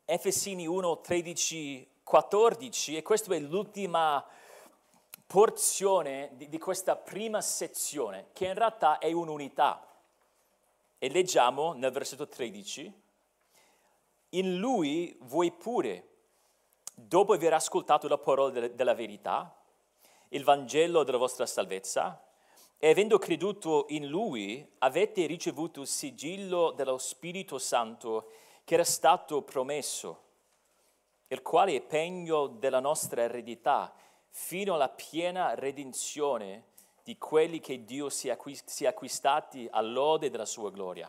Efesini 1, 13, 14, e questa è l'ultima porzione di questa prima sezione, che in realtà è un'unità. E leggiamo nel versetto 13, in Lui voi pure, dopo aver ascoltato la parola della verità, il Vangelo della vostra salvezza, e avendo creduto in Lui, avete ricevuto il sigillo dello Spirito Santo che era stato promesso, il quale è pegno della nostra eredità, fino alla piena redenzione di quelli che Dio si è acquistati all'ode della sua gloria.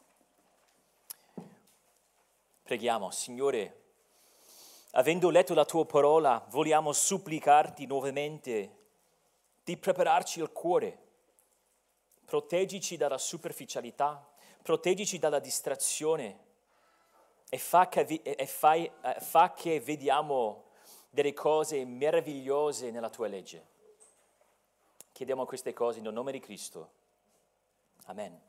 Preghiamo, Signore, avendo letto la tua parola, vogliamo supplicarti nuovamente di prepararci il cuore. Proteggici dalla superficialità, proteggici dalla distrazione e fa che vediamo delle cose meravigliose nella tua legge. Chiediamo queste cose nel nome di Cristo. Amen.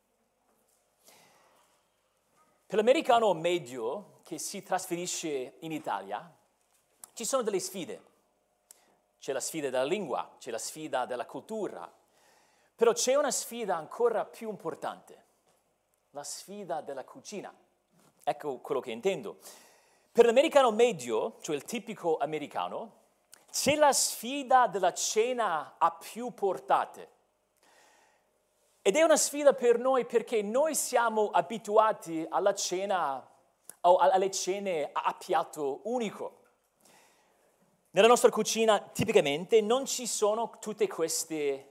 Per l'americano medio che si trasferisce in Italia, ci sono delle sfide. C'è la sfida della lingua, c'è la sfida della cultura, però c'è una sfida ancora più importante, la sfida della cucina. Ecco quello che intendo. Per l'americano medio, cioè il tipico americano, c'è la sfida della cena a più portate. Ed è una sfida per noi perché noi siamo abituati alla cena o alle cene a piatto unico. Nella nostra cucina tipicamente non ci sono tutte queste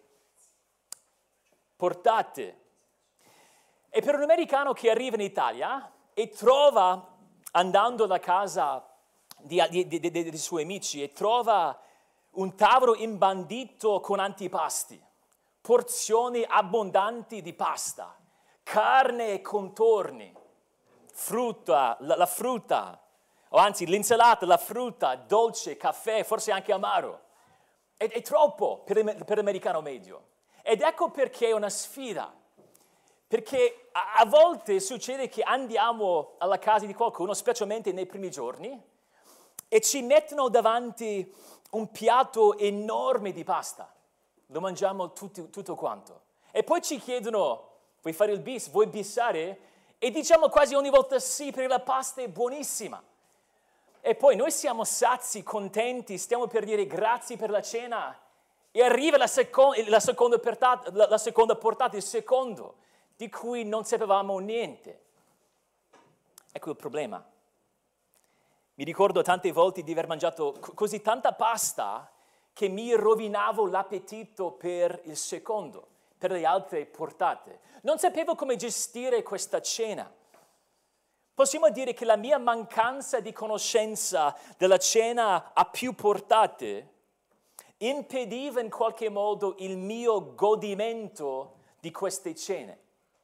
portate. E per un americano che arriva in Italia e trova, andando alla casa dei suoi amici, e trova un tavolo imbandito con antipasti, porzioni abbondanti di pasta, carne e contorni, frutta, la frutta, o anzi l'insalata, la frutta, dolce, caffè, forse anche amaro. È troppo per l'americano medio. Ed ecco perché è una sfida. Perché a volte succede che andiamo alla casa di qualcuno, specialmente nei primi giorni, e ci mettono davanti un piatto enorme di pasta. Lo mangiamo tutto quanto. E poi ci chiedono, vuoi fare il bis? Vuoi bissare? E diciamo quasi ogni volta sì, perché la pasta è buonissima. E poi noi siamo sazi, contenti, stiamo per dire grazie per la cena, e arriva la seconda portata, il secondo, di cui non sapevamo niente. Ecco il problema. Mi ricordo tante volte di aver mangiato così tanta pasta che mi rovinavo l'appetito per il secondo, per le altre portate. Non sapevo come gestire questa cena. Possiamo dire che la mia mancanza di conoscenza della cena a più portate impediva in qualche modo il mio godimento di queste cene.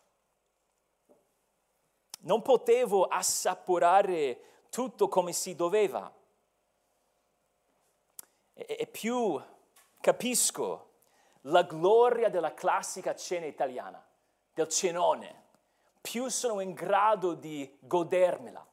Non potevo assaporare tutto come si doveva. E più capisco la gloria della classica cena italiana, del cenone, più sono in grado di godermela.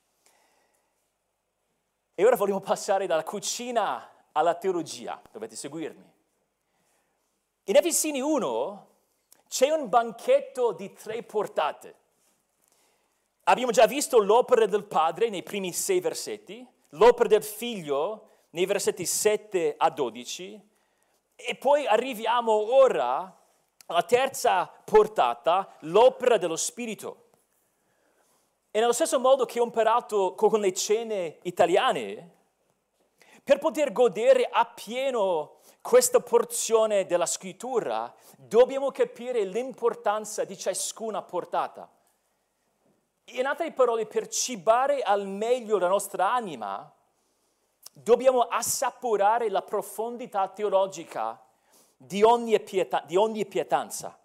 E ora vogliamo passare dalla cucina alla teologia. Dovete seguirmi. In Efesini 1 c'è un banchetto di 3 portate. Abbiamo già visto l'opera del Padre nei primi 6 versetti, l'opera del Figlio nei versetti 7 a 12, e poi arriviamo ora alla terza portata, l'opera dello Spirito. E nello stesso modo che ho imparato con le cene italiane, per poter godere appieno questa porzione della Scrittura, dobbiamo capire l'importanza di ciascuna portata. In altre parole, per cibare al meglio la nostra anima, dobbiamo assaporare la profondità teologica di ogni pietanza.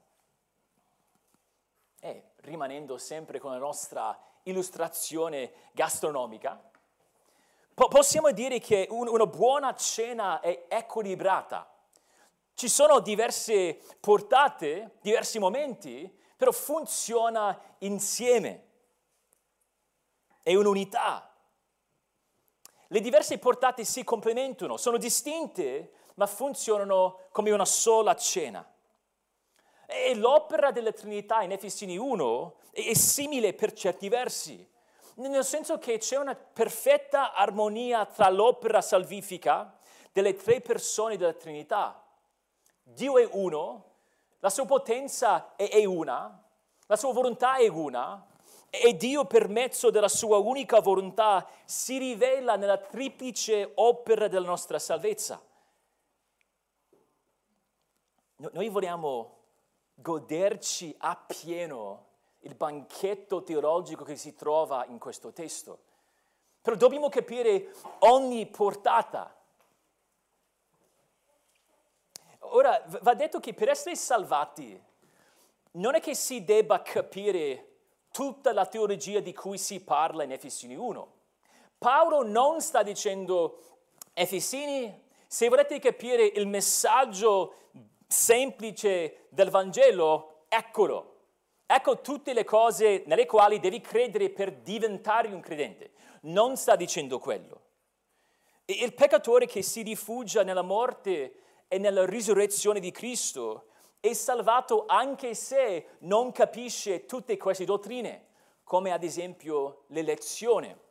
E rimanendo sempre con la nostra illustrazione gastronomica, possiamo dire che una buona cena è equilibrata. Ci sono diverse portate, diversi momenti, però funziona insieme. è un'unità. Le diverse portate si complementano, sono distinte, ma funzionano come una sola cena. E l'opera della Trinità in Efesini 1 è simile per certi versi, nel senso che c'è una perfetta armonia tra l'opera salvifica delle tre persone della Trinità. Dio è uno, la sua potenza è una, la sua volontà è una, e Dio per mezzo della sua unica volontà si rivela nella triplice opera della nostra salvezza. Noi vogliamo goderci appieno il banchetto teologico che si trova in questo testo. Però dobbiamo capire ogni portata. Ora, va detto che per essere salvati non è che si debba capire tutta la teologia di cui si parla in Efesini 1. Paolo non sta dicendo, Efesini, se volete capire il messaggio semplice del Vangelo, eccolo. Ecco tutte le cose nelle quali devi credere per diventare un credente. Non sta dicendo quello. E il peccatore che si rifugia nella morte e nella risurrezione di Cristo è salvato anche se non capisce tutte queste dottrine, come ad esempio l'elezione.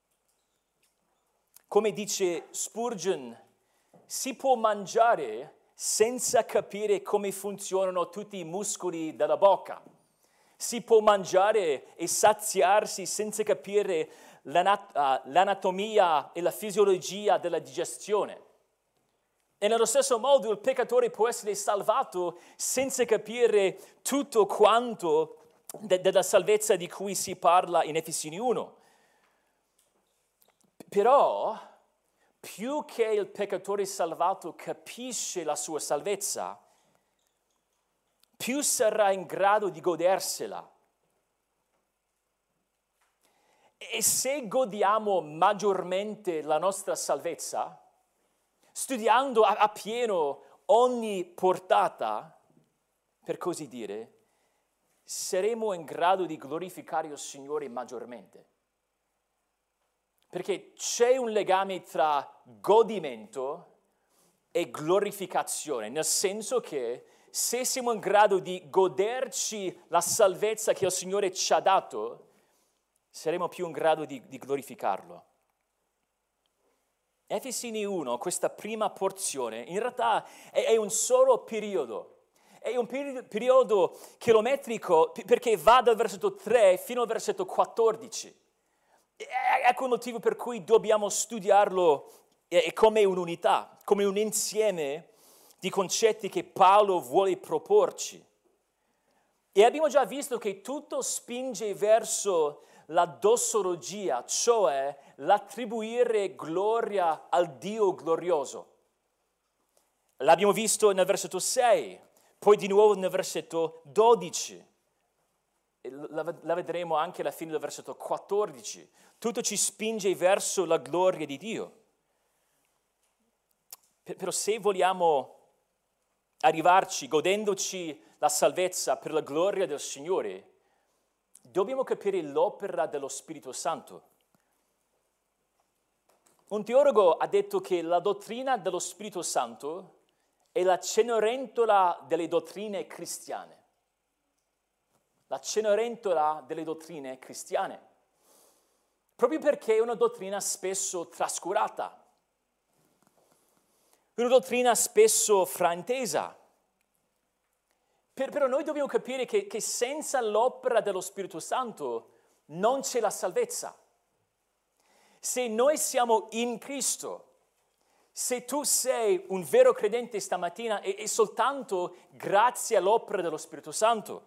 Come dice Spurgeon, si può mangiare senza capire come funzionano tutti i muscoli della bocca. Si può mangiare e saziarsi senza capire l'anatomia e la fisiologia della digestione. E nello stesso modo il peccatore può essere salvato senza capire tutto quanto della salvezza di cui si parla in Efesini 1. Però, più che il peccatore salvato capisce la sua salvezza, più sarà in grado di godersela. E se godiamo maggiormente la nostra salvezza, studiando appieno ogni portata, per così dire, saremo in grado di glorificare il Signore maggiormente. Perché c'è un legame tra godimento e glorificazione, nel senso che se siamo in grado di goderci la salvezza che il Signore ci ha dato, saremo più in grado di glorificarlo. Efesini 1, questa prima porzione, in realtà è un solo periodo. È un periodo chilometrico perché va dal versetto 3 fino al versetto 14. Ecco il motivo per cui dobbiamo studiarlo come un'unità, come un insieme di concetti che Paolo vuole proporci. E abbiamo già visto che tutto spinge verso la dossologia, cioè l'attribuire gloria al Dio glorioso. L'abbiamo visto nel versetto 6, poi di nuovo nel versetto 12. La vedremo anche alla fine del versetto 14. Tutto ci spinge verso la gloria di Dio. Però se vogliamo arrivarci godendoci la salvezza per la gloria del Signore, dobbiamo capire l'opera dello Spirito Santo. Un teologo ha detto che la dottrina dello Spirito Santo è la cenerentola delle dottrine cristiane. La cenerentola delle dottrine cristiane. Proprio perché è una dottrina spesso trascurata. Una dottrina spesso fraintesa. Però noi dobbiamo capire che senza l'opera dello Spirito Santo non c'è la salvezza. Se noi siamo in Cristo, se tu sei un vero credente stamattina, è soltanto grazie all'opera dello Spirito Santo.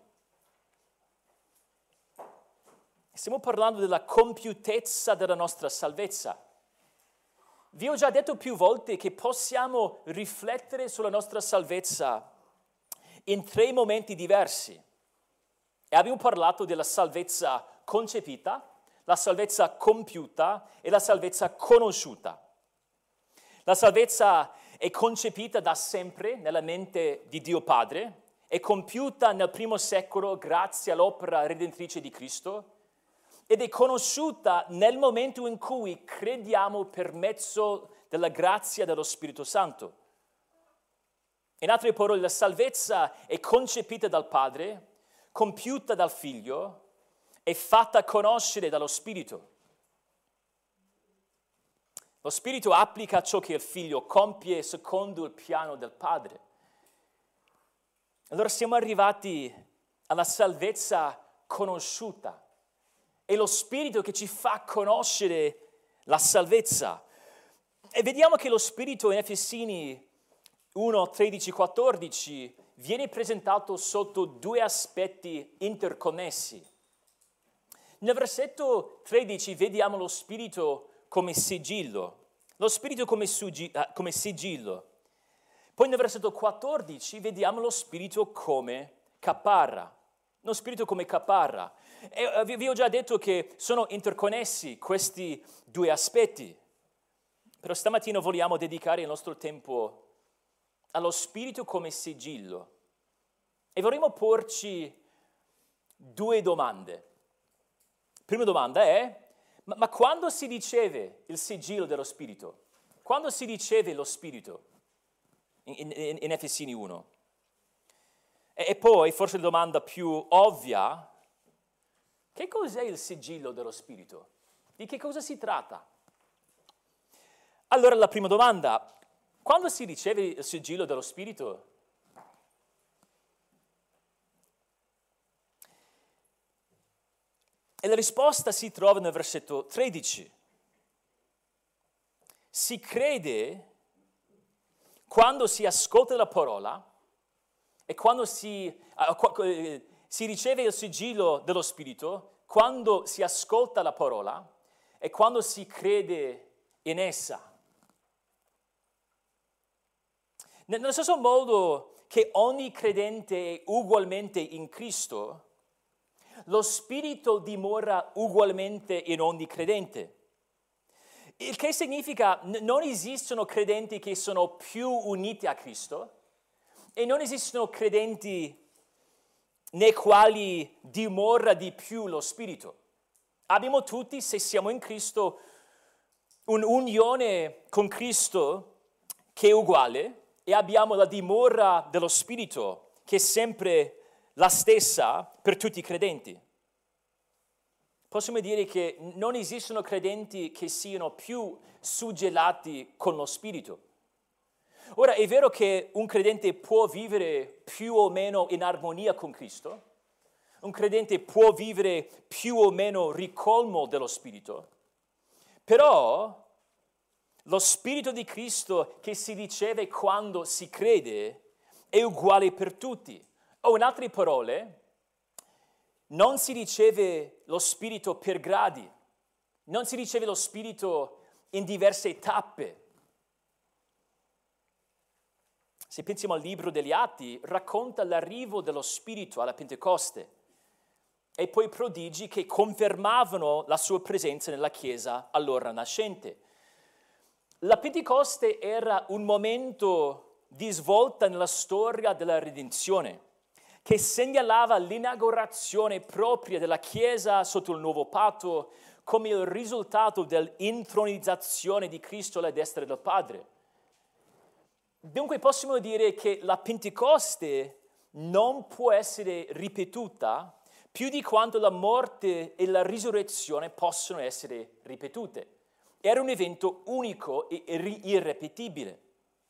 Stiamo parlando della compiutezza della nostra salvezza. Vi ho già detto più volte che possiamo riflettere sulla nostra salvezza in tre momenti diversi. E abbiamo parlato della salvezza concepita, la salvezza compiuta e la salvezza conosciuta. La salvezza è concepita da sempre nella mente di Dio Padre, è compiuta nel primo secolo grazie all'opera redentrice di Cristo ed è conosciuta nel momento in cui crediamo per mezzo della grazia dello Spirito Santo. In altre parole, la salvezza è concepita dal Padre, compiuta dal Figlio e fatta conoscere dallo Spirito. Lo Spirito applica ciò che il Figlio compie secondo il piano del Padre. Allora siamo arrivati alla salvezza conosciuta. È lo Spirito che ci fa conoscere la salvezza. E vediamo che lo Spirito in Efesini 1, 13, 14 viene presentato sotto due aspetti interconnessi. Nel versetto 13 vediamo lo Spirito come sigillo, lo Spirito come sigillo. Poi nel versetto 14 vediamo lo Spirito come caparra, lo Spirito come caparra. E vi ho già detto che sono interconnessi questi due aspetti, però stamattina vogliamo dedicare il nostro tempo allo Spirito come sigillo e vorremmo porci due domande. Prima domanda è, ma quando si riceve il sigillo dello Spirito? Quando si riceve lo Spirito? In Efesini 1. E poi, forse la domanda più ovvia, che cos'è il sigillo dello Spirito? Di che cosa si tratta? Allora, la prima domanda, quando si riceve il sigillo dello Spirito? E la risposta si trova nel versetto 13. Si crede quando si ascolta la parola e quando si riceve il sigillo dello Spirito, quando si ascolta la parola e quando si crede in essa. Nello stesso modo che ogni credente è ugualmente in Cristo, lo Spirito dimora ugualmente in ogni credente. Il che significa non esistono credenti che sono più uniti a Cristo e non esistono credenti nei quali dimora di più lo Spirito. Abbiamo tutti, se siamo in Cristo, un'unione con Cristo che è uguale e abbiamo la dimora dello Spirito che è sempre la stessa per tutti i credenti. Possiamo dire che non esistono credenti che siano più suggellati con lo Spirito. Ora, è vero che un credente può vivere più o meno in armonia con Cristo, un credente può vivere più o meno ricolmo dello Spirito, però lo Spirito di Cristo che si riceve quando si crede è uguale per tutti. O in altre parole, non si riceve lo Spirito per gradi, non si riceve lo Spirito in diverse tappe. Se pensiamo al libro degli Atti, racconta l'arrivo dello Spirito alla Pentecoste e poi i prodigi che confermavano la sua presenza nella Chiesa allora nascente. La Pentecoste era un momento di svolta nella storia della redenzione, che segnalava l'inaugurazione propria della Chiesa sotto il nuovo patto come il risultato dell'intronizzazione di Cristo alla destra del Padre. Dunque possiamo dire che la Pentecoste non può essere ripetuta più di quanto la morte e la risurrezione possono essere ripetute. Era un evento unico e irripetibile.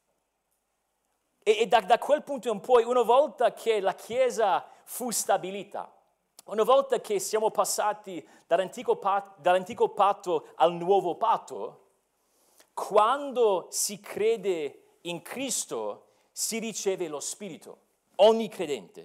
E da quel punto in poi, una volta che la Chiesa fu stabilita, una volta che siamo passati dall'antico patto al nuovo patto, quando si crede in Cristo si riceve lo Spirito, ogni credente.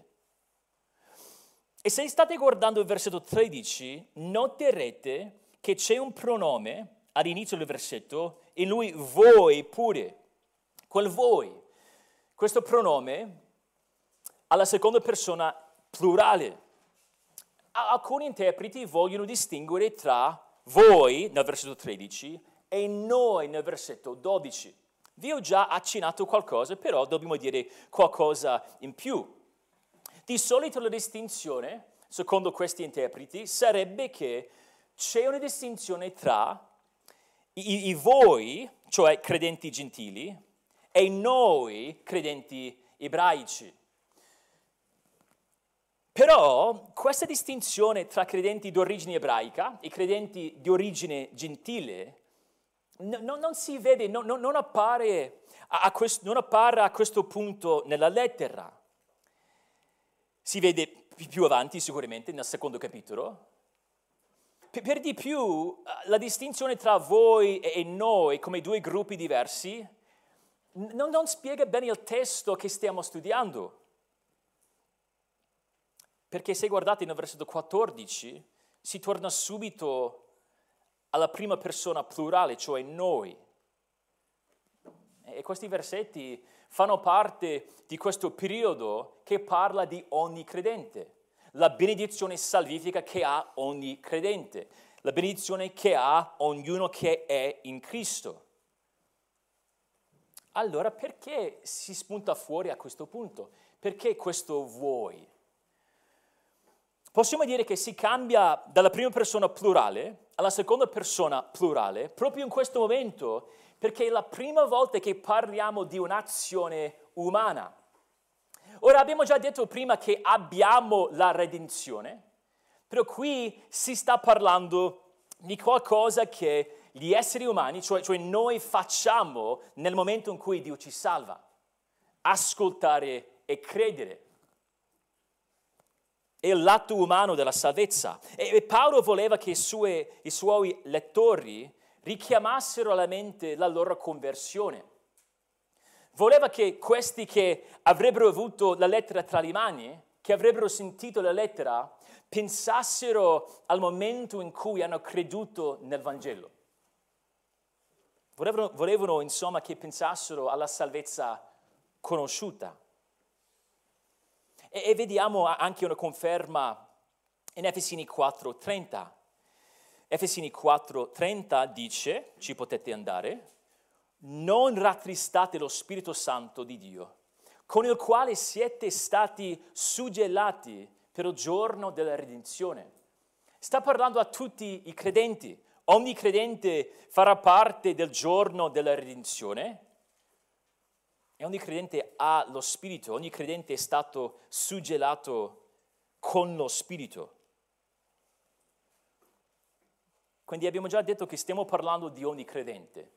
E se state guardando il versetto 13, noterete che c'è un pronome all'inizio del versetto, in lui voi pure, quel voi. Questo pronome alla seconda persona plurale. Alcuni interpreti vogliono distinguere tra voi nel versetto 13 e noi nel versetto 12. Vi ho già accennato qualcosa, però dobbiamo dire qualcosa in più. Di solito la distinzione, secondo questi interpreti, sarebbe che c'è una distinzione tra i voi, cioè credenti gentili, e noi, credenti ebraici. Però questa distinzione tra credenti di origine ebraica e credenti di origine gentile non si vede, non appare a questo punto nella lettera. Si vede più avanti sicuramente nel secondo capitolo. Per di più, la distinzione tra voi e noi come due gruppi diversi non spiega bene il testo che stiamo studiando. Perché se guardate nel versetto 14, si torna subito alla prima persona plurale, cioè noi. E questi versetti fanno parte di questo periodo che parla di ogni credente, la benedizione salvifica che ha ogni credente, la benedizione che ha ognuno che è in Cristo. Allora perché si spunta fuori a questo punto? Perché questo voi? Possiamo dire che si cambia dalla prima persona plurale alla seconda persona plurale proprio in questo momento, perché è la prima volta che parliamo di un'azione umana. Ora abbiamo già detto prima che abbiamo la redenzione, però qui si sta parlando di qualcosa che gli esseri umani, cioè noi facciamo nel momento in cui Dio ci salva, ascoltare e credere. È l'atto umano della salvezza. E Paolo voleva che i suoi lettori richiamassero alla mente la loro conversione. Voleva che questi che avrebbero avuto la lettera tra le mani, che avrebbero sentito la lettera, pensassero al momento in cui hanno creduto nel Vangelo. Volevano insomma che pensassero alla salvezza conosciuta. E vediamo anche una conferma in Efesini 4:30. Efesini 4:30 dice, ci potete andare, non rattristate lo Spirito Santo di Dio, con il quale siete stati suggellati per il giorno della redenzione. Sta parlando a tutti i credenti. Ogni credente farà parte del giorno della redenzione. E ogni credente ha lo Spirito, ogni credente è stato suggellato con lo Spirito. Quindi abbiamo già detto che stiamo parlando di ogni credente.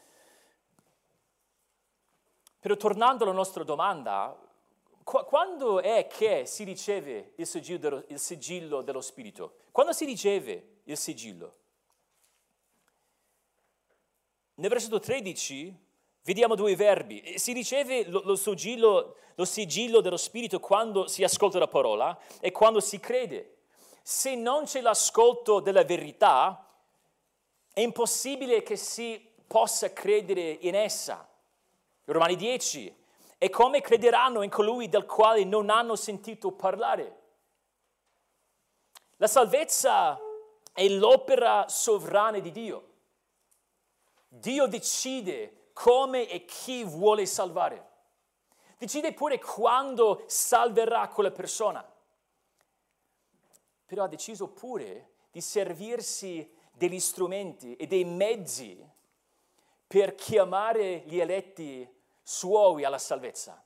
Però tornando alla nostra domanda, quando è che si riceve il sigillo dello Spirito? Quando si riceve il sigillo? Nel versetto 13 vediamo due verbi. Si riceve lo sigillo dello Spirito quando si ascolta la parola e quando si crede. Se non c'è l'ascolto della verità, è impossibile che si possa credere in essa. Romani 10. E come crederanno in colui del quale non hanno sentito parlare? La salvezza è l'opera sovrana di Dio. Dio decide come e chi vuole salvare. Decide pure quando salverà quella persona. Però ha deciso pure di servirsi degli strumenti e dei mezzi per chiamare gli eletti suoi alla salvezza.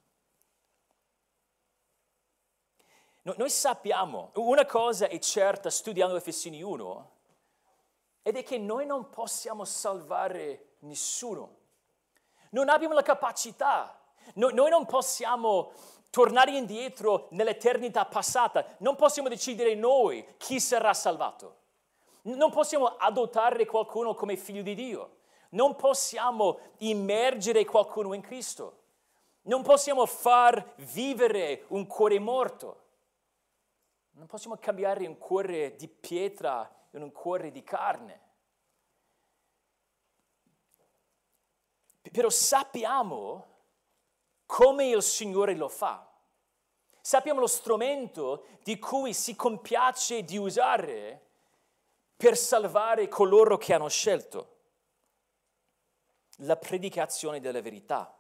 Noi sappiamo, una cosa è certa studiando Efesini 1, ed è che noi non possiamo salvare nessuno. Non abbiamo la capacità. Noi non possiamo tornare indietro nell'eternità passata. Non possiamo decidere noi chi sarà salvato. Non possiamo adottare qualcuno come figlio di Dio. Non possiamo immergere qualcuno in Cristo. Non possiamo far vivere un cuore morto. Non possiamo cambiare un cuore di pietra in un cuore di carne. Però sappiamo come il Signore lo fa. Sappiamo lo strumento di cui si compiace di usare per salvare coloro che hanno scelto. La predicazione della verità.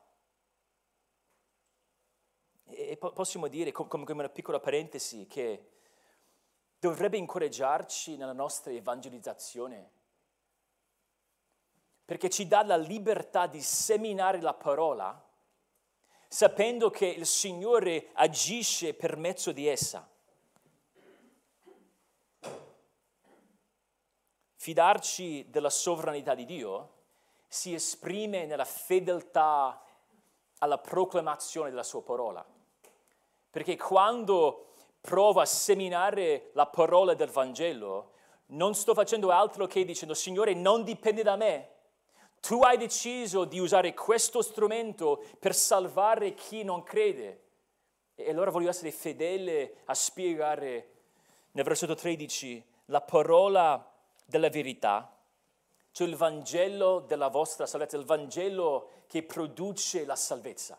E possiamo dire, come una piccola parentesi, che dovrebbe incoraggiarci nella nostra evangelizzazione, perché ci dà la libertà di seminare la parola, sapendo che il Signore agisce per mezzo di essa. Fidarci della sovranità di Dio si esprime nella fedeltà alla proclamazione della sua parola. Perché quando provo a seminare la parola del Vangelo, non sto facendo altro che dicendo: Signore, non dipende da me. Tu hai deciso di usare questo strumento per salvare chi non crede. E allora voglio essere fedele a spiegare nel versetto 13 la parola della verità, cioè il Vangelo della vostra salvezza, il Vangelo che produce la salvezza.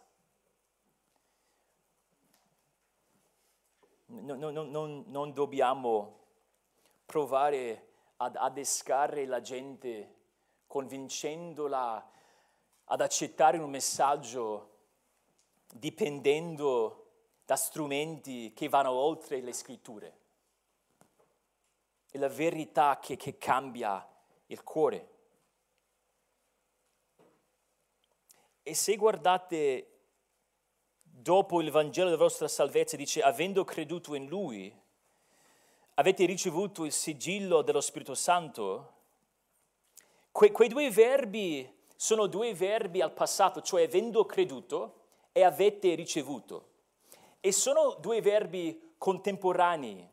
Non dobbiamo provare ad adescare la gente convincendola ad accettare un messaggio dipendendo da strumenti che vanno oltre le scritture. È la verità che cambia il cuore. E se guardate dopo il Vangelo della vostra salvezza, dice: avendo creduto in Lui, avete ricevuto il sigillo dello Spirito Santo. Quei due verbi sono due verbi al passato, cioè avendo creduto e avete ricevuto. E sono due verbi contemporanei.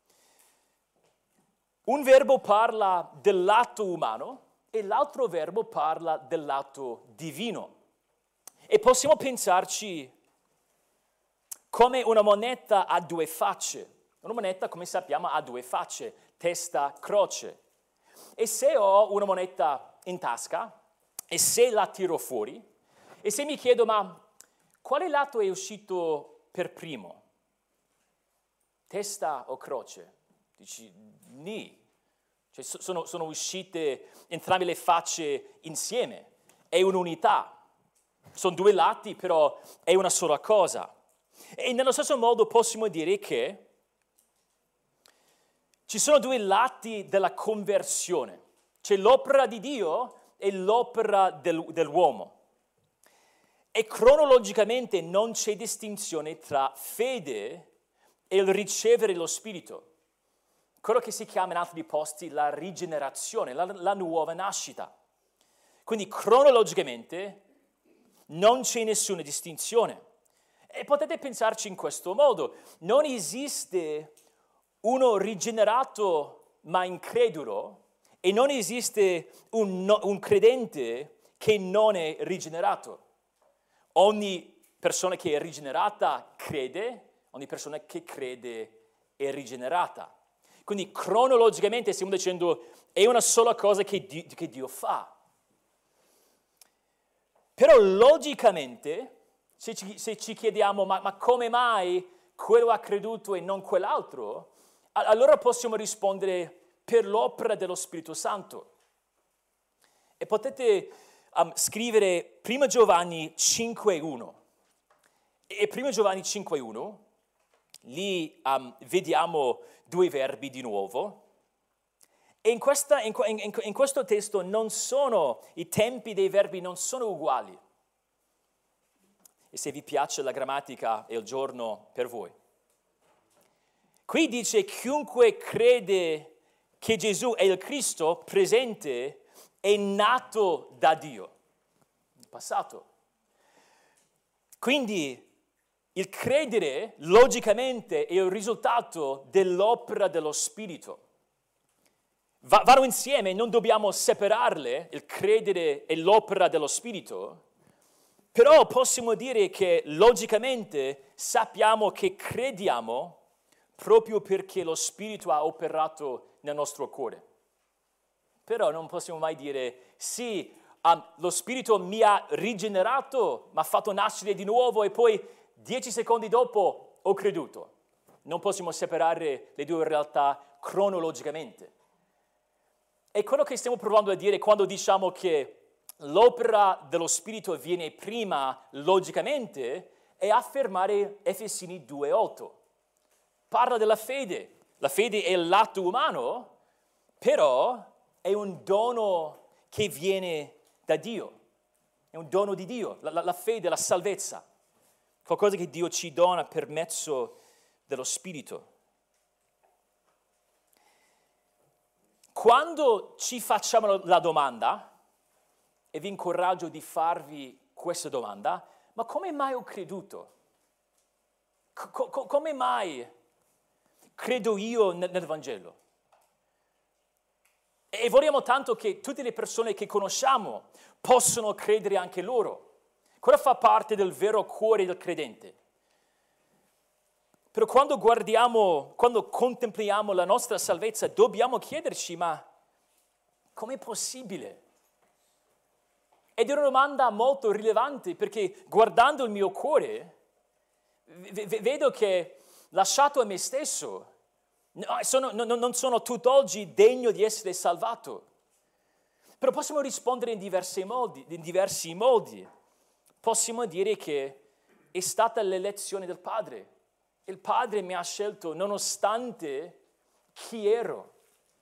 Un verbo parla del lato umano e l'altro verbo parla del lato divino. E possiamo pensarci come una moneta ha due facce. Una moneta, come sappiamo, ha due facce, testa, croce. E se ho una moneta in tasca e se la tiro fuori e se mi chiedo: ma quale lato è uscito per primo? Testa o croce? Dici: ni. Cioè, sono uscite entrambe le facce insieme. È un'unità. Sono due lati, però è una sola cosa. E nello stesso modo possiamo dire che ci sono due lati della conversione. C'è l'opera di Dio e l'opera dell'uomo. E cronologicamente non c'è distinzione tra fede e il ricevere lo Spirito. Quello che si chiama in altri posti la rigenerazione, la nuova nascita. Quindi cronologicamente non c'è nessuna distinzione. E potete pensarci in questo modo: non esiste uno rigenerato ma incredulo e non esiste un credente che non è rigenerato. Ogni persona che è rigenerata crede, ogni persona che crede è rigenerata. Quindi cronologicamente stiamo dicendo è una sola cosa che Dio fa. Però logicamente, se ci chiediamo ma come mai quello ha creduto e non quell'altro, allora possiamo rispondere: per l'opera dello Spirito Santo. E potete scrivere 1 Giovanni 5,1. E 1 Giovanni 5,1, lì vediamo due verbi di nuovo. E in questo testo i tempi dei verbi non sono uguali. E se vi piace la grammatica è il giorno per voi. Qui dice: chiunque crede che Gesù è il Cristo, presente, è nato da Dio. In passato. Quindi il credere, logicamente, è il risultato dell'opera dello Spirito. Vanno insieme, non dobbiamo separarle, il credere e l'opera dello Spirito, però possiamo dire che logicamente sappiamo che crediamo proprio perché lo Spirito ha operato nel nostro cuore. Però non possiamo mai dire: sì, lo Spirito mi ha rigenerato, mi ha fatto nascere di nuovo e poi 10 secondi dopo ho creduto. Non possiamo separare le due realtà cronologicamente. E quello che stiamo provando a dire quando diciamo che l'opera dello Spirito viene prima logicamente è affermare Efesini 2,8. Parla della fede, La fede è il lato umano, però è un dono che viene da Dio. È un dono di Dio, la fede, la salvezza. Qualcosa che Dio ci dona per mezzo dello Spirito. Quando ci facciamo la domanda, e vi incoraggio di farvi questa domanda, ma come mai ho creduto? Come mai credo io nel Vangelo? E vogliamo tanto che tutte le persone che conosciamo possano credere anche loro. Quello fa parte del vero cuore del credente. Però quando guardiamo, quando contempliamo la nostra salvezza, dobbiamo chiederci, ma com'è possibile? Ed è una domanda molto rilevante, perché guardando il mio cuore, vedo che lasciato a me stesso, non sono tutt'oggi degno di essere salvato. Però possiamo rispondere in diversi modi. Possiamo dire che è stata l'elezione del Padre. Il Padre mi ha scelto nonostante chi ero.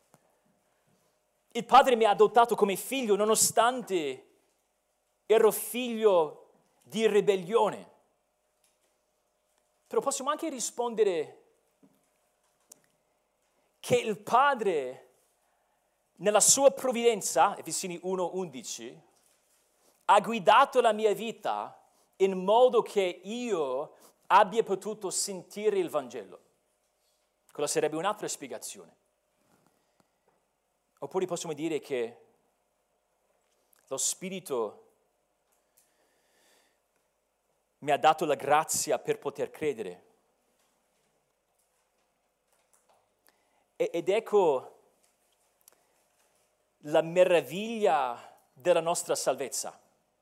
Il Padre mi ha adottato come figlio nonostante ero figlio di ribellione. Però possiamo anche rispondere che il Padre, nella sua provvidenza, Efesini 1:11, ha guidato la mia vita in modo che io abbia potuto sentire il Vangelo. Quella sarebbe un'altra spiegazione. Oppure possiamo dire che lo Spirito mi ha dato la grazia per poter credere. Ed ecco la meraviglia della nostra salvezza.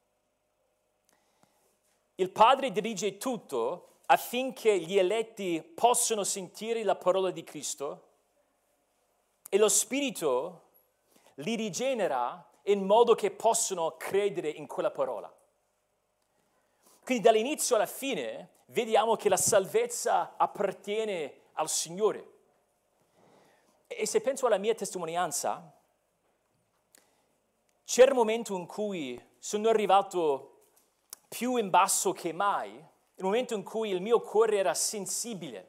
Il Padre dirige tutto affinché gli eletti possano sentire la parola di Cristo e lo Spirito li rigenera in modo che possano credere in quella parola. Quindi dall'inizio alla fine vediamo che la salvezza appartiene al Signore. E se penso alla mia testimonianza, c'era un momento in cui sono arrivato più in basso che mai, il momento in cui il mio cuore era sensibile.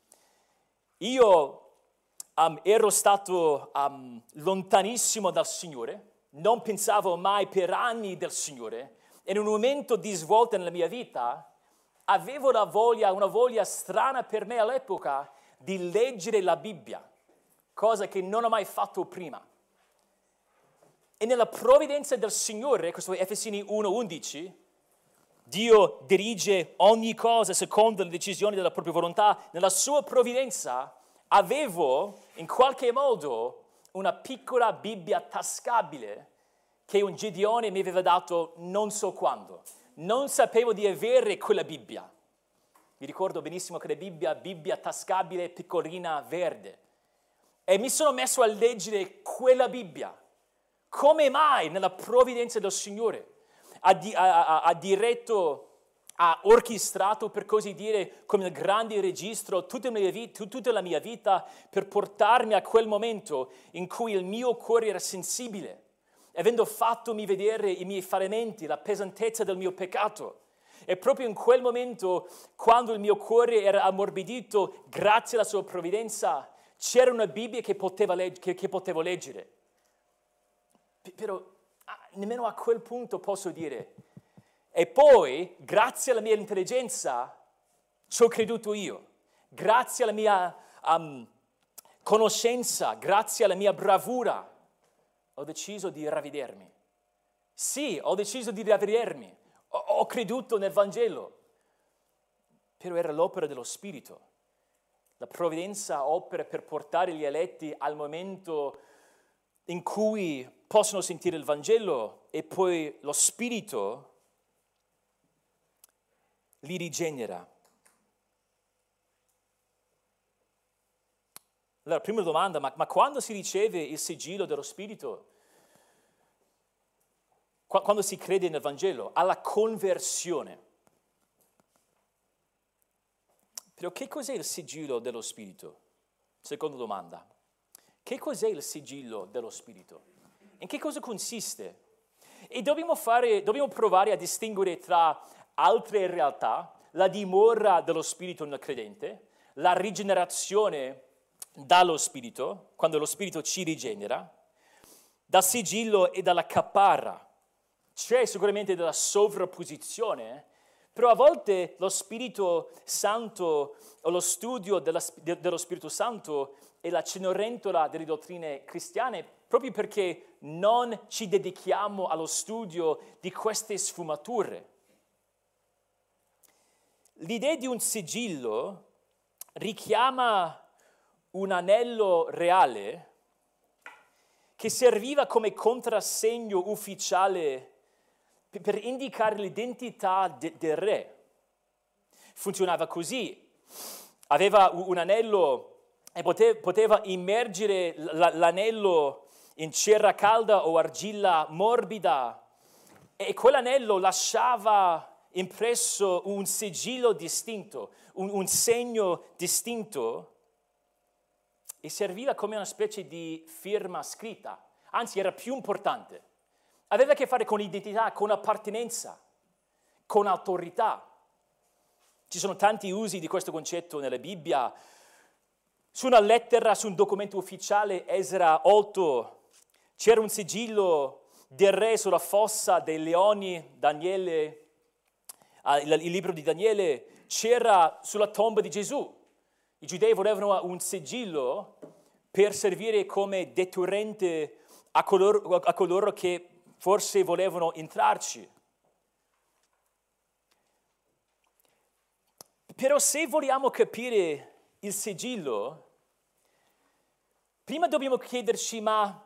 Io ero stato lontanissimo dal Signore, non pensavo mai per anni del Signore, e in un momento di svolta nella mia vita avevo una voglia strana per me all'epoca di leggere la Bibbia, cosa che non ho mai fatto prima. E nella provvidenza del Signore, questo è Efesini 1:11, Dio dirige ogni cosa secondo le decisioni della propria volontà. Nella sua provvidenza avevo in qualche modo una piccola Bibbia tascabile che un Gideone mi aveva dato non so quando. Non sapevo di avere quella Bibbia. Mi ricordo benissimo che la Bibbia tascabile, piccolina, verde. E mi sono messo a leggere quella Bibbia. Come mai nella provvidenza del Signore ha diretto, ha orchestrato, per così dire, come il grande registro, tutta la mia vita per portarmi a quel momento in cui il mio cuore era sensibile, avendo fattomi vedere i miei fallimenti, la pesantezza del mio peccato. E proprio in quel momento, quando il mio cuore era ammorbidito, grazie alla sua provvidenza, c'era una Bibbia che potevo leggere. Però nemmeno a quel punto posso dire, e poi, grazie alla mia intelligenza, ci ho creduto io. Grazie alla mia conoscenza, grazie alla mia bravura, ho deciso di ravvedermi. Sì, ho deciso di ravvedermi. Ho creduto nel Vangelo. Però era l'opera dello Spirito. La provvidenza opera per portare gli eletti al momento in cui possono sentire il Vangelo e poi lo Spirito li rigenera. Allora, prima domanda, ma quando si riceve il sigillo dello Spirito? Quando si crede nel Vangelo? Alla conversione. Però che cos'è il sigillo dello Spirito? Seconda domanda. Che cos'è il sigillo dello Spirito? In che cosa consiste? E dobbiamo provare a distinguere tra altre realtà, la dimora dello Spirito nel credente, la rigenerazione dallo Spirito, quando lo Spirito ci rigenera, dal sigillo e dalla caparra. C'è sicuramente della sovrapposizione, però a volte lo Spirito Santo o lo studio dello Spirito Santo è la cenerentola delle dottrine cristiane proprio perché non ci dedichiamo allo studio di queste sfumature. L'idea di un sigillo richiama un anello reale che serviva come contrassegno ufficiale per indicare l'identità del re. Funzionava così. Aveva un anello e poteva immergere l'anello in cera calda o argilla morbida e quell'anello lasciava impresso un sigillo distinto, un segno distinto e serviva come una specie di firma scritta, anzi era più importante. Aveva a che fare con identità, con appartenenza, con autorità. Ci sono tanti usi di questo concetto nella Bibbia. Su una lettera, su un documento ufficiale, Esra 8, c'era un sigillo del re sulla fossa dei leoni, Daniele, il libro di Daniele, c'era sulla tomba di Gesù. I giudei volevano un sigillo per servire come deterrente a coloro che forse volevano entrarci. Però se vogliamo capire il sigillo, prima dobbiamo chiederci, ma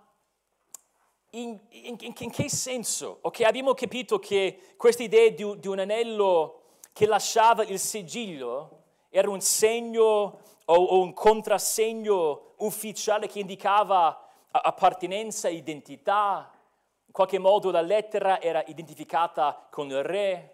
in che senso? Ok, abbiamo capito che questa idea di un anello che lasciava il sigillo era un segno o un contrassegno ufficiale che indicava appartenenza, identità. In qualche modo la lettera era identificata con il re.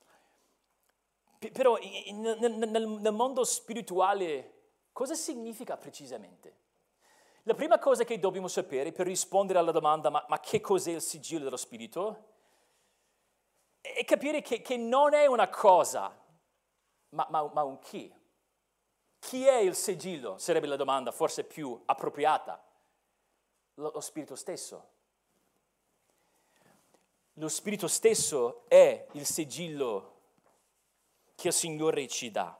Però nel mondo spirituale cosa significa precisamente? La prima cosa che dobbiamo sapere per rispondere alla domanda ma che cos'è il sigillo dello Spirito? È capire che non è una cosa, ma un chi. Chi è il sigillo? Sarebbe la domanda forse più appropriata. Lo Spirito stesso. Lo Spirito stesso è il sigillo che il Signore ci dà.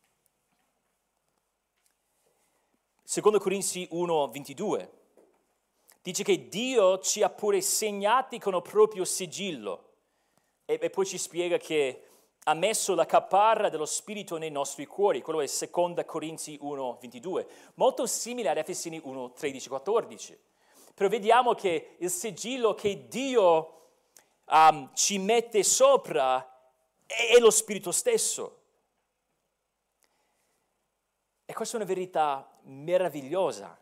Secondo Corinzi 1:22 dice che Dio ci ha pure segnati con il proprio sigillo e poi ci spiega che ha messo la caparra dello Spirito nei nostri cuori. Quello è seconda Corinzi 1:22, molto simile ad Efesini 1:13-14. Però vediamo che il sigillo che Dio ci mette sopra è lo Spirito stesso. E questa è una verità meravigliosa.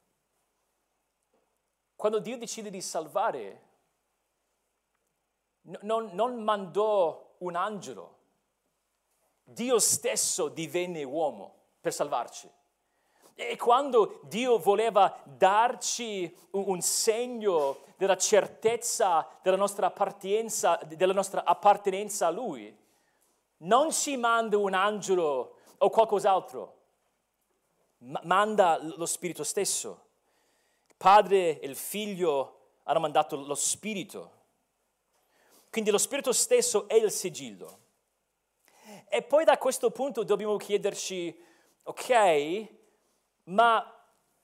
Quando Dio decide di salvare, non mandò un angelo. Dio stesso divenne uomo per salvarci. E quando Dio voleva darci un segno della certezza della nostra appartenenza a Lui, non ci manda un angelo o qualcos'altro, manda lo Spirito stesso. Il Padre e il Figlio hanno mandato lo Spirito. Quindi lo Spirito stesso è il sigillo. E poi da questo punto dobbiamo chiederci, ok, ma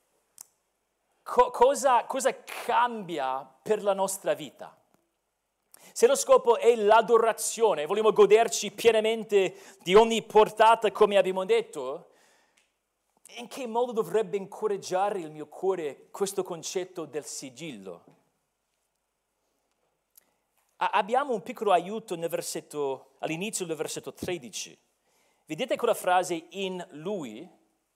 cosa cambia per la nostra vita? Se lo scopo è l'adorazione, vogliamo goderci pienamente di ogni portata come abbiamo detto, in che modo dovrebbe incoraggiare il mio cuore questo concetto del sigillo? Abbiamo un piccolo aiuto all'inizio del versetto 13. Vedete quella frase in Lui?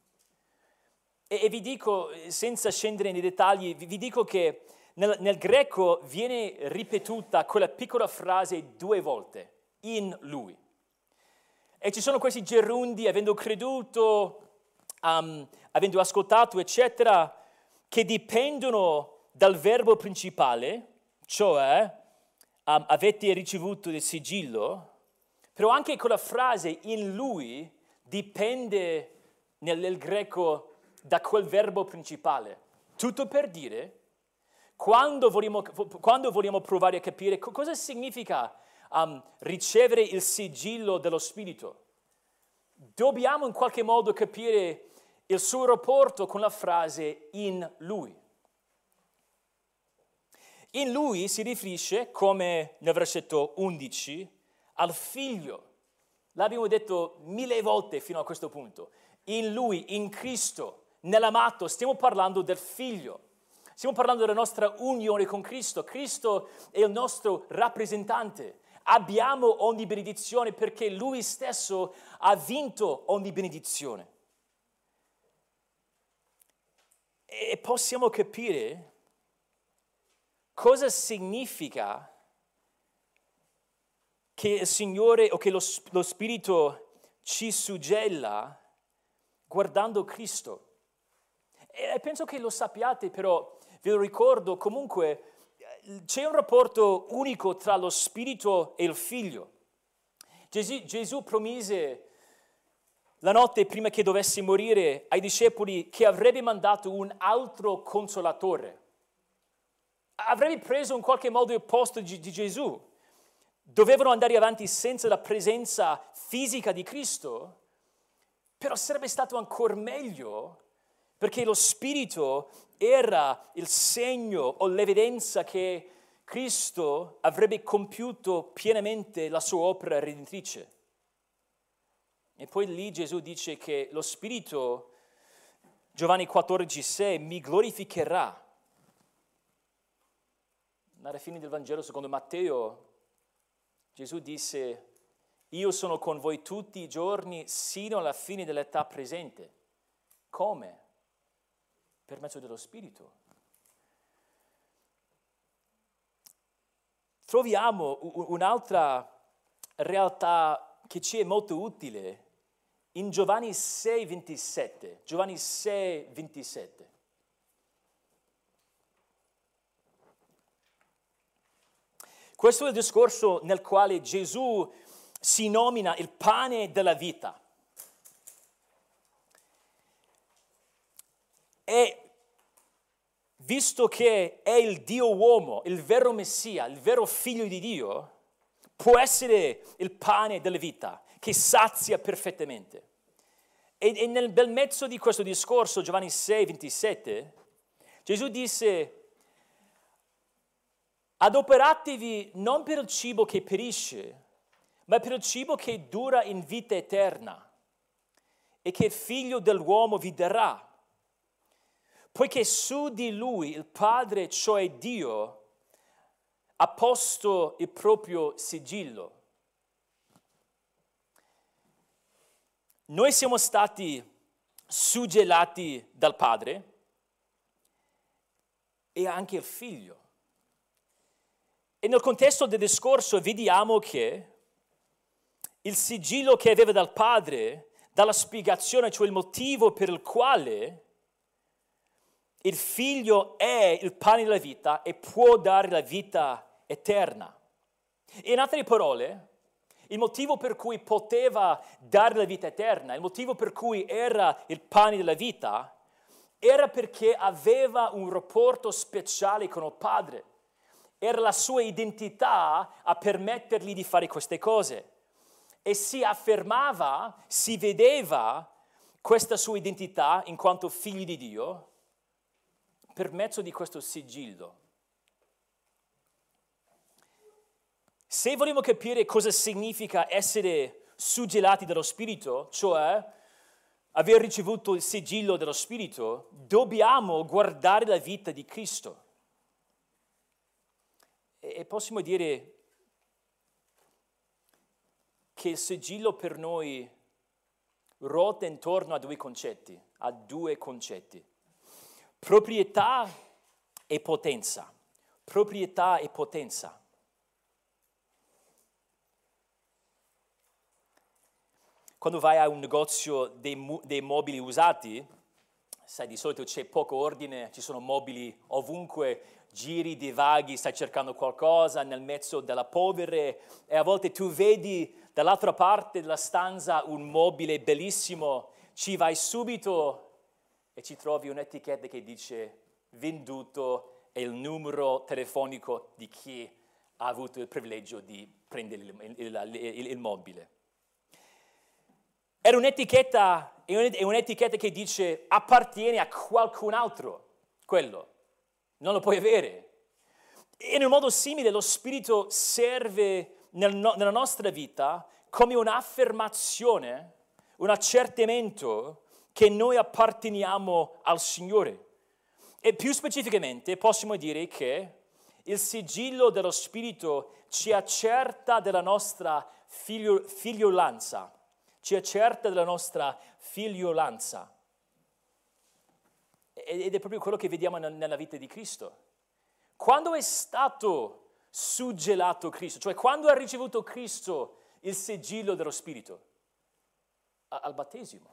E vi dico, senza scendere nei dettagli, vi dico che nel greco viene ripetuta quella piccola frase 2 volte, in Lui. E ci sono questi gerundi, avendo creduto, avendo ascoltato, eccetera, che dipendono dal verbo principale, cioè avete ricevuto il sigillo, però anche quella frase in lui dipende nel greco da quel verbo principale. Tutto per dire, quando vogliamo provare a capire cosa significa ricevere il sigillo dello Spirito, dobbiamo in qualche modo capire il suo rapporto con la frase in lui. In lui si riferisce, come nel versetto 11, al figlio. L'abbiamo detto 1000 volte fino a questo punto. In lui, in Cristo, nell'amato, stiamo parlando del figlio. Stiamo parlando della nostra unione con Cristo. Cristo è il nostro rappresentante. Abbiamo ogni benedizione perché lui stesso ha vinto ogni benedizione. E possiamo capire cosa significa che il Signore o che lo Spirito ci suggella guardando Cristo. E penso che lo sappiate, però ve lo ricordo, comunque c'è un rapporto unico tra lo Spirito e il Figlio. Gesù promise la notte prima che dovesse morire ai discepoli che avrebbe mandato un altro consolatore. Avrebbe preso in qualche modo il posto di Gesù. Dovevano andare avanti senza la presenza fisica di Cristo, però sarebbe stato ancora meglio perché lo Spirito era il segno o l'evidenza che Cristo avrebbe compiuto pienamente la sua opera redentrice. E poi lì Gesù dice che lo Spirito, Giovanni 14,6, mi glorificherà. Alla fine del Vangelo secondo Matteo, Gesù disse, io sono con voi tutti i giorni sino alla fine dell'età presente. Come? Per mezzo dello Spirito. Troviamo un'altra realtà che ci è molto utile in Giovanni 6,27. Giovanni 6,27. Questo è il discorso nel quale Gesù si nomina il pane della vita. E visto che è il Dio uomo, il vero Messia, il vero figlio di Dio, può essere il pane della vita che sazia perfettamente. E nel bel mezzo di questo discorso, Giovanni 6,27, Gesù disse, adoperatevi non per il cibo che perisce, ma per il cibo che dura in vita eterna e che il figlio dell'uomo vi darà. Poiché su di lui il Padre, cioè Dio, ha posto il proprio sigillo. Noi siamo stati suggellati dal Padre e anche il Figlio. E nel contesto del discorso vediamo che il sigillo che aveva dal Padre dà la spiegazione, cioè il motivo per il quale il Figlio è il pane della vita e può dare la vita eterna. In altre parole, il motivo per cui poteva dare la vita eterna, il motivo per cui era il pane della vita, era perché aveva un rapporto speciale con il Padre. Era la sua identità a permettergli di fare queste cose. E si affermava, si vedeva questa sua identità in quanto figli di Dio per mezzo di questo sigillo. Se vogliamo capire cosa significa essere suggellati dallo Spirito, cioè aver ricevuto il sigillo dello Spirito, dobbiamo guardare la vita di Cristo. E possiamo dire che il sigillo per noi ruota intorno a due concetti, proprietà e potenza. Proprietà e potenza. quando vai a un negozio dei mobili usati, sai, di solito c'è poco ordine, ci sono mobili ovunque, giri, divaghi, stai cercando qualcosa nel mezzo della polvere e a volte tu vedi dall'altra parte della stanza un mobile bellissimo, ci vai subito e ci trovi un'etichetta che dice venduto e il numero telefonico di chi ha avuto il privilegio di prendere il mobile. È un'etichetta che dice appartiene a qualcun altro, quello, non lo puoi avere. E in un modo simile lo Spirito serve nella nostra vita come un'affermazione, un accertamento che noi apparteniamo al Signore. E più specificamente possiamo dire che il sigillo dello Spirito ci accerta della nostra figliolanza. Ci accerta della nostra figliolanza. Ed è proprio quello che vediamo nella vita di Cristo. Quando è stato suggellato Cristo, cioè quando ha ricevuto Cristo il sigillo dello Spirito? Al battesimo.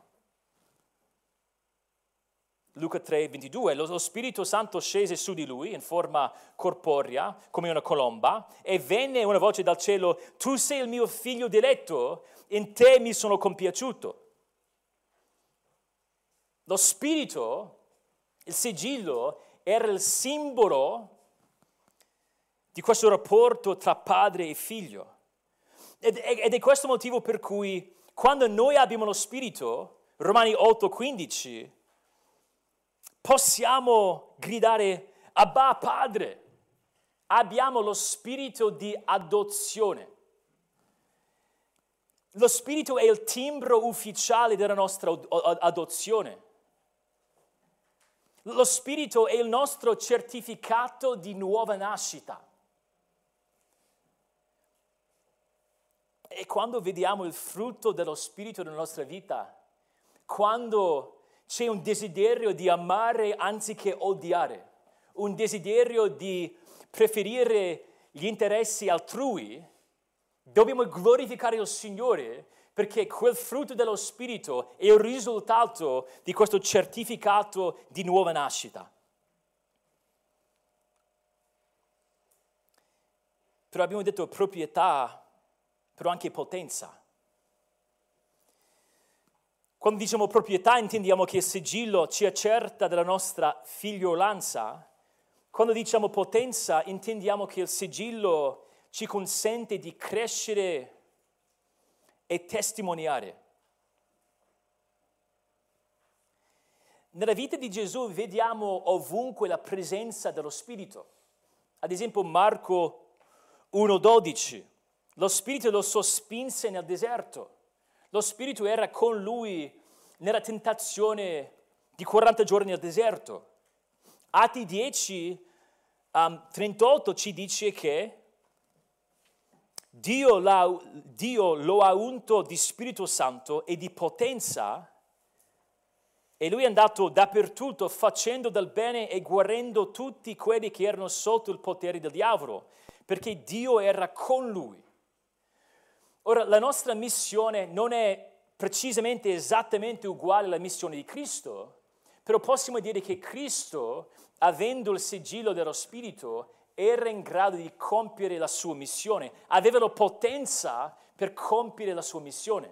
Luca 3,22, lo Spirito Santo scese su di lui in forma corporea, come una colomba, e venne una voce dal cielo, tu sei il mio figlio diletto, in te mi sono compiaciuto. Lo Spirito, il sigillo, era il simbolo di questo rapporto tra padre e figlio. Ed è questo motivo per cui quando noi abbiamo lo Spirito, Romani 8,15, possiamo gridare Abba Padre. Abbiamo lo spirito di adozione. Lo Spirito è il timbro ufficiale della nostra adozione. Lo Spirito è il nostro certificato di nuova nascita. E quando vediamo il frutto dello Spirito nella nostra vita, quando c'è un desiderio di amare anziché odiare, un desiderio di preferire gli interessi altrui, dobbiamo glorificare il Signore perché quel frutto dello Spirito è il risultato di questo certificato di nuova nascita. Però abbiamo detto proprietà, però anche potenza. Quando diciamo proprietà intendiamo che il sigillo ci accerta della nostra figliolanza. Quando diciamo potenza intendiamo che il sigillo ci consente di crescere e testimoniare. Nella vita di Gesù vediamo ovunque la presenza dello Spirito. Ad esempio Marco 1,12. Lo Spirito lo sospinse nel deserto. Lo Spirito era con lui nella tentazione di 40 giorni nel deserto. Atti 10, 38 ci dice che Dio lo ha unto di Spirito Santo e di potenza e lui è andato dappertutto facendo del bene e guarendo tutti quelli che erano sotto il potere del diavolo, perché Dio era con lui. Ora, la nostra missione non è precisamente esattamente uguale alla missione di Cristo, però possiamo dire che Cristo, avendo il sigillo dello Spirito, era in grado di compiere la sua missione, aveva la potenza per compiere la sua missione.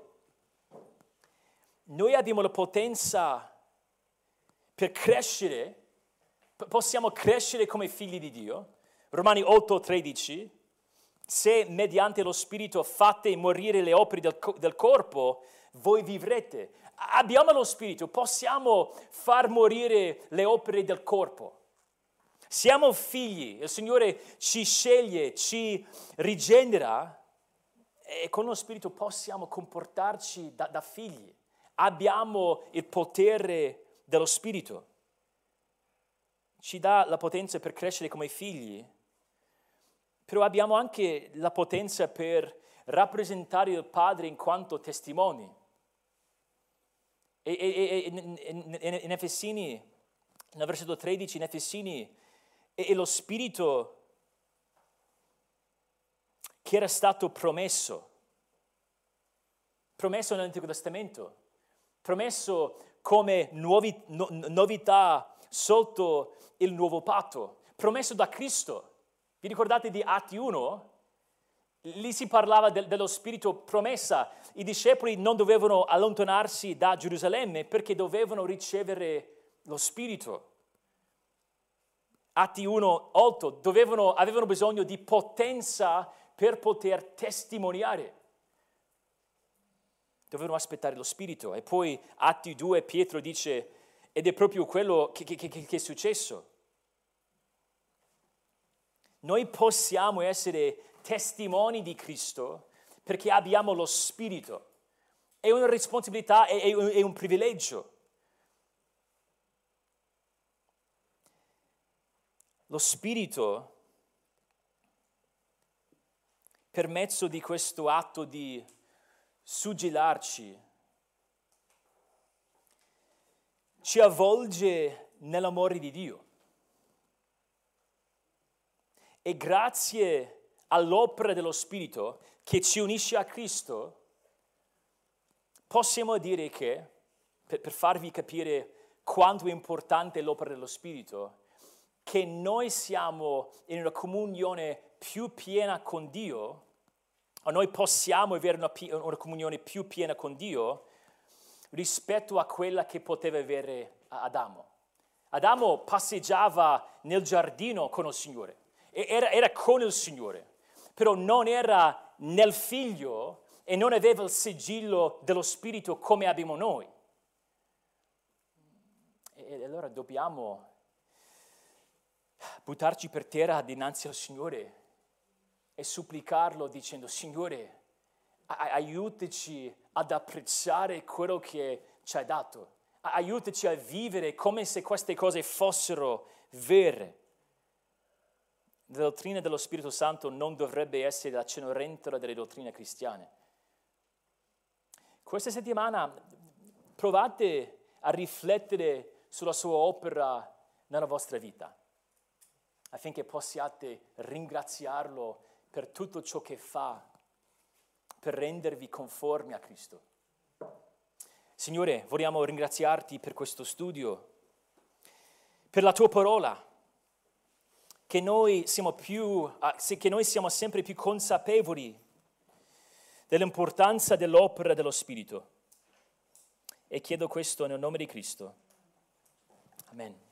Noi abbiamo la potenza per crescere, possiamo crescere come figli di Dio. Romani 8,13, se mediante lo Spirito fate morire le opere del corpo, voi vivrete. Abbiamo lo Spirito, possiamo far morire le opere del corpo. Siamo figli, il Signore ci sceglie, ci rigenera e con lo Spirito possiamo comportarci da figli. Abbiamo il potere dello Spirito. Ci dà la potenza per crescere come figli, però abbiamo anche la potenza per rappresentare il Padre in quanto testimoni. E in Efesini, nel versetto 13, in Efesini, è lo Spirito che era stato promesso promesso nell'Antico Testamento, promesso come novità sotto il nuovo patto, promesso da Cristo. Vi ricordate di Atti 1? Lì si parlava dello Spirito promessa. I discepoli non dovevano allontanarsi da Gerusalemme perché dovevano ricevere lo Spirito. Atti 1:8, avevano bisogno di potenza per poter testimoniare. Dovevano aspettare lo Spirito. E poi Atti 2, Pietro dice, ed è proprio quello che è successo. Noi possiamo essere testimoni di Cristo perché abbiamo lo Spirito. È una responsabilità, è un privilegio. Lo Spirito, per mezzo di questo atto di suggellarci, ci avvolge nell'amore di Dio. E grazie all'opera dello Spirito che ci unisce a Cristo, possiamo dire che, per farvi capire quanto è importante l'opera dello Spirito, che noi siamo in una comunione più piena con Dio, o noi possiamo avere una comunione più piena con Dio rispetto a quella che poteva avere Adamo. Adamo passeggiava nel giardino con il Signore, era con il Signore, però non era nel Figlio e non aveva il sigillo dello Spirito come abbiamo noi. E allora dobbiamo buttarci per terra dinanzi al Signore e supplicarlo dicendo: Signore, aiutaci ad apprezzare quello che ci hai dato, aiutaci a vivere come se queste cose fossero vere. La dottrina dello Spirito Santo non dovrebbe essere la cenerentola delle dottrine cristiane. Questa settimana provate a riflettere sulla sua opera nella vostra vita, affinché possiate ringraziarlo per tutto ciò che fa, per rendervi conformi a Cristo. Signore, vogliamo ringraziarti per questo studio, per la tua parola, che noi siamo sempre più consapevoli dell'importanza dell'opera dello Spirito. E chiedo questo nel nome di Cristo. Amen.